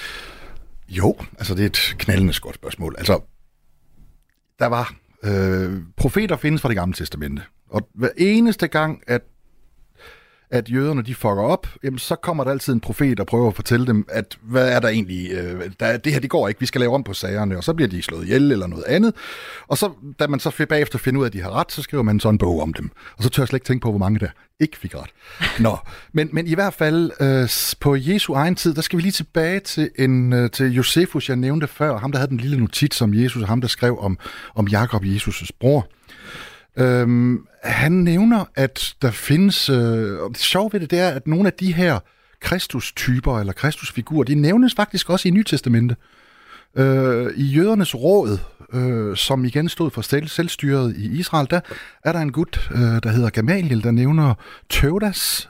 Jo, altså det er et knaldende godt spørgsmål. Altså, der var profeter findes fra Det Gamle Testamente. Og hver eneste gang, at jøderne de fucker op, jamen, så kommer der altid en profet og prøver at fortælle dem, at hvad er der egentlig, det her det går ikke, vi skal lave om på sagerne, og så bliver de slået ihjel eller noget andet. Og så, da man så bagefter finder ud af, at de har ret, så skriver man så en bog om dem. Og så tør jeg slet ikke tænke på, hvor mange der ikke fik ret. Nå, men i hvert fald på Jesu egen tid, der skal vi lige tilbage til Josefus, jeg nævnte før, ham der havde den lille notits om Jesus, og ham der skrev om Jakob, Jesus' bror. Han nævner, at der findes, og det sjove ved det er, at nogle af de her Kristus-typer eller Kristus-figurer, de nævnes faktisk også i Nye Testamente. I jødernes råd, som igen stod for selvstyret i Israel, der er der en gut, der hedder Gamaliel, der nævner Teudas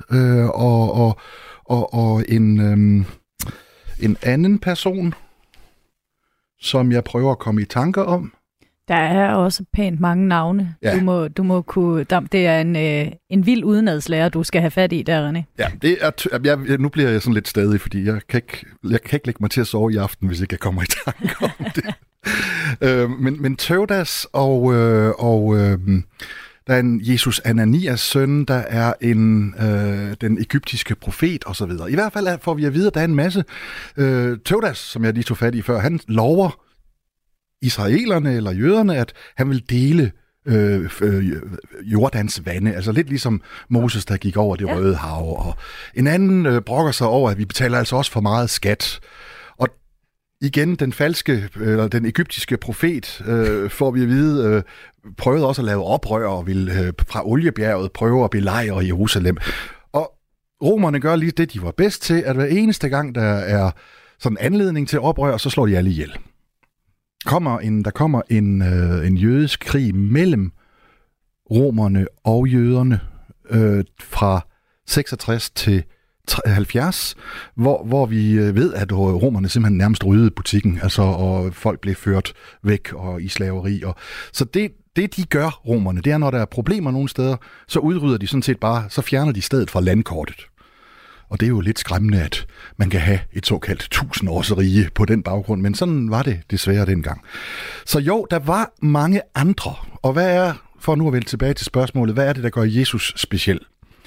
og en anden person, som jeg prøver at komme i tanker om. Der er også pænt mange navne. Ja. Du må kunne... Det er en vild udenadslærer, du skal have fat i der, René. Ja, det er, nu bliver jeg sådan lidt stadig, fordi jeg kan ikke lægge mig til at sove i aften, hvis ikke jeg kommer i tanke om det. Men Teudas og der er en Jesus Ananias søn, der er den egyptiske profet osv. I hvert fald får vi at vide, at der er en masse. Teudas, som jeg lige tog fat i før, han lover israelerne eller jøderne, at han vil dele Jordans vande, altså lidt ligesom Moses, der gik over det Røde Hav. Og en anden brokker sig over, at vi betaler altså også for meget skat. Og igen, den egyptiske profet, får vi at vide, prøvede også at lave oprør og ville fra oliebjerget prøve at belejre Jerusalem. Og romerne gør lige det, de var bedst til, at hver eneste gang, der er sådan en anledning til oprør, så slår de alle ihjel. Der kommer en jødisk krig mellem romerne og jøderne fra 66 til 70, hvor vi ved, at romerne simpelthen nærmest ryddede butikken, altså, og folk blev ført væk og i slaveri. Så det de gør, romerne, det er, når der er problemer nogle steder, så udrydder de sådan set bare, så fjerner de stedet fra landkortet. Og det er jo lidt skræmmende, at man kan have et såkaldt 1000-årsrige på den baggrund, men sådan var det desværre dengang. Så jo, der var mange andre. Og hvad er, for nu at vende tilbage til spørgsmålet, hvad er det, der gør Jesus speciel?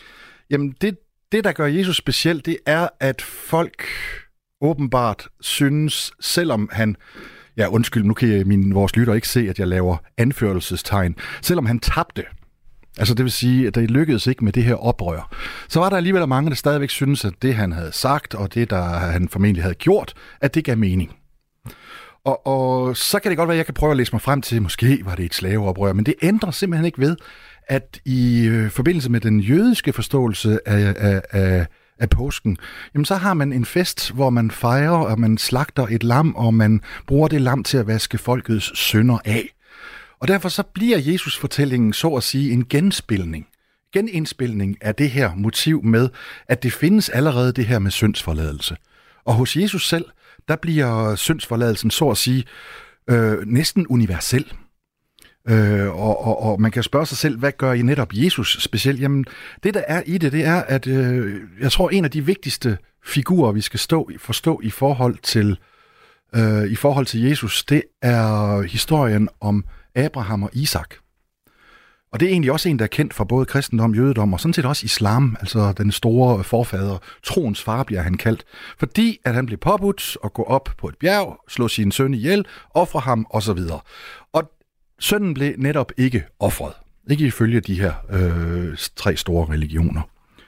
Jamen, det, der gør Jesus speciel, det er, at folk åbenbart synes, selvom han... Ja, undskyld, nu kan vores lytter ikke se, at jeg laver anførselstegn. Selvom han tabte, altså det vil sige, at det lykkedes ikke med det her oprør, så var der alligevel mange, der stadigvæk synes, at det, han havde sagt, og det, der han formentlig havde gjort, at det gav mening. Og så kan det godt være, at jeg kan prøve at læse mig frem til, måske var det et slaveoprør, men det ændrer simpelthen ikke ved, at i forbindelse med den jødiske forståelse af påsken, jamen så har man en fest, hvor man fejrer, og man slagter et lam, og man bruger det lam til at vaske folkets synder af. Og derfor så bliver Jesus-fortællingen så at sige en genindspilning af det her motiv med, at det findes allerede det her med syndsforladelse. Og hos Jesus selv, der bliver syndsforladelsen så at sige næsten universel. Og man kan spørge sig selv, hvad gør I netop Jesus specielt? Jamen, det der er i det er, at jeg tror, en af de vigtigste figurer, vi skal forstå i forhold til Jesus, det er historien om Abraham og Isak. Og det er egentlig også en, der er kendt fra både kristendom, jødedom og sådan set også islam, altså den store forfader, troens far bliver han kaldt, fordi at han blev påbudt at gå op på et bjerg, slå sin søn ihjel, ofre ham osv. Og sønnen blev netop ikke ofret, ikke ifølge de her 3 store religioner.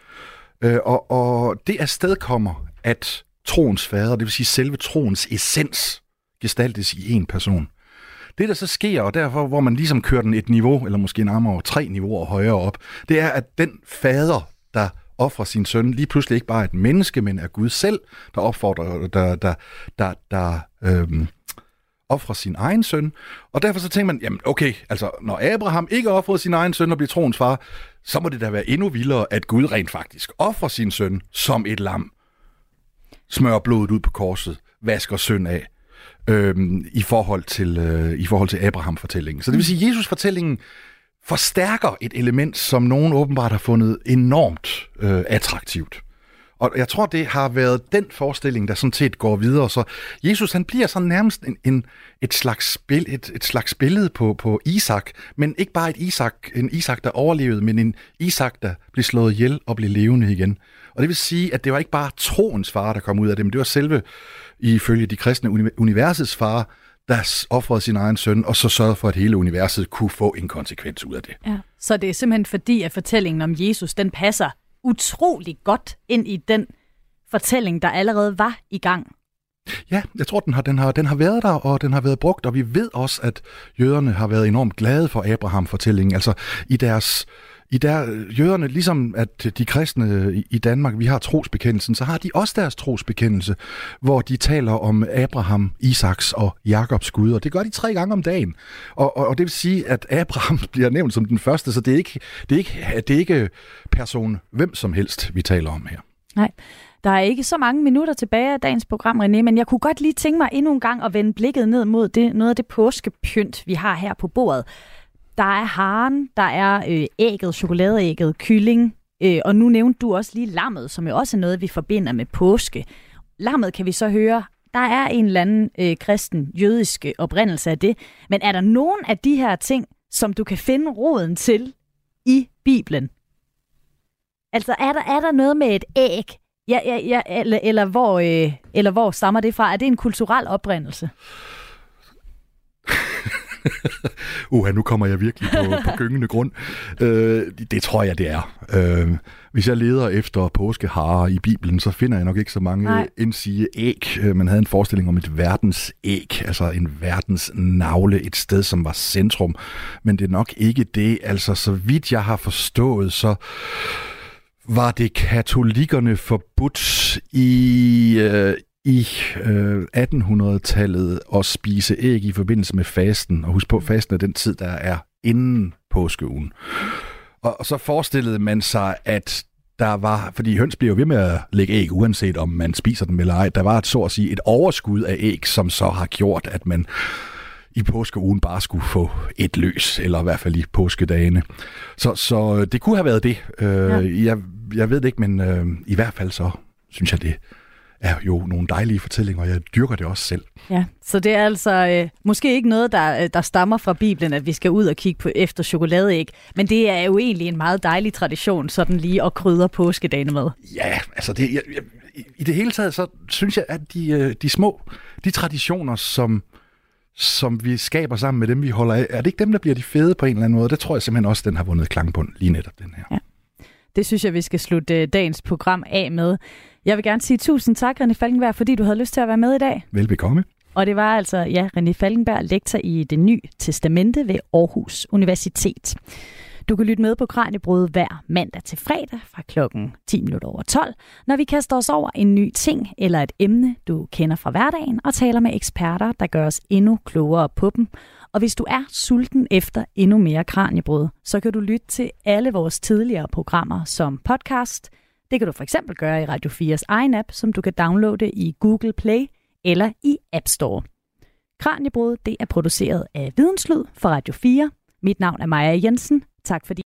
Og det afstedkommer, at troens fader, det vil sige selve troens essens, gestaltes i en person. Det, der så sker, og derfor, hvor man ligesom kører den et niveau, eller måske nærmere 3 niveauer højere op, det er, at den fader, der offrer sin søn, lige pludselig ikke bare er et menneske, men er Gud selv, der offrer sin egen søn. Og derfor så tænker man, jamen okay, altså når Abraham ikke offrede sin egen søn og bliver troens far, så må det da være endnu vildere, at Gud rent faktisk offrer sin søn som et lam, smører blodet ud på korset, vasker synd af, i forhold til Abraham-fortællingen. Så det vil sige, at Jesus-fortællingen forstærker et element, som nogen åbenbart har fundet enormt attraktivt. Og jeg tror, det har været den forestilling, der sådan set går videre. Så Jesus, han bliver sådan nærmest et slags billede på Isak, men ikke bare en Isak, der overlevede, men en Isak, der blev slået ihjel og blev levende igen. Og det vil sige, at det var ikke bare troens far, der kom ud af det, men det var selve, ifølge de kristne, universets far, der offrede sin egen søn, og så sørgede for, at hele universet kunne få en konsekvens ud af det. Ja. Så det er simpelthen fordi, at fortællingen om Jesus, den passer utrolig godt ind i den fortælling, der allerede var i gang. Ja, jeg tror, den har været der, og den har været brugt, og vi ved også, at jøderne har været enormt glade for Abraham-fortællingen. Altså jøderne, ligesom at de kristne i Danmark, vi har trosbekendelsen, så har de også deres trosbekendelse, hvor de taler om Abraham, Isaks og Jakobs Gud, og det gør de 3 gange om dagen. Og det vil sige, at Abraham bliver nævnt som den første, så det er ikke person hvem som helst, vi taler om her. Nej. Der er ikke så mange minutter tilbage af dagens program, René, men jeg kunne godt lige tænke mig endnu en gang at vende blikket ned mod noget af det påskepynt, vi har her på bordet. Der er haren, der er ægget, chokoladeægget, kylling, og nu nævnte du også lige lammet, som jo også er noget, vi forbinder med påske. Lammet kan vi så høre, der er en eller anden kristen, jødisk oprindelse af det, men er der nogen af de her ting, som du kan finde roden til i Bibelen? Altså er der noget med et æg? Ja, eller hvor stammer det fra? Er det en kulturel oprindelse? Nu kommer jeg virkelig på gyngende grund. Det tror jeg, det er. Hvis jeg leder efter påskeharer i Bibelen, så finder jeg nok ikke så mange endsige æg. Man havde en forestilling om et verdens æg, altså en verdens navle, et sted, som var centrum. Men det er nok ikke det. Altså, så vidt jeg har forstået, så var det katolikkerne forbudt i 1800-tallet at spise æg i forbindelse med fasten. Og husk på, fasten er den tid, der er inden påskeugen. Og så forestillede man sig, at der var, fordi høns bliver jo ved med at lægge æg, uanset om man spiser dem eller ej, der var så at sige et overskud af æg, som så har gjort, at man i påskeugen bare skulle få et løs, eller i hvert fald i påskedagene. Så det kunne have været det. Jeg ved det ikke, men i hvert fald så synes jeg, det er jo nogle dejlige fortællinger, og jeg dyrker det også selv. Ja, så det er altså måske ikke noget, der stammer fra Bibelen, at vi skal ud og kigge på efter chokoladeæg, men det er jo egentlig en meget dejlig tradition, sådan lige at krydre påskedagene med. Ja, altså i det hele taget, så synes jeg, at de traditioner, som vi skaber sammen med dem, vi holder af, er det ikke dem, der bliver de fede på en eller anden måde? Det tror jeg simpelthen også, den har vundet klangbund lige netop den her. Ja. Det synes jeg, vi skal slutte dagens program af med. Jeg vil gerne sige tusind tak, René Falkenberg, fordi du havde lyst til at være med i dag. Velbekomme. Og det var altså, René Falkenberg, lektor i Det Nye Testamente ved Aarhus Universitet. Du kan lytte med på Kraniebrud hver mandag til fredag fra klokken 10:10, når vi kaster os over en ny ting eller et emne, du kender fra hverdagen, og taler med eksperter, der gør os endnu klogere på dem. Og hvis du er sulten efter endnu mere Kraniebrud, så kan du lytte til alle vores tidligere programmer som podcast. Det kan du for eksempel gøre i Radio 4's egen app, som du kan downloade i Google Play eller i App Store. Kraniebrud, det er produceret af Videnslyd for Radio 4. Mit navn er Maja Jensen. Tak fordi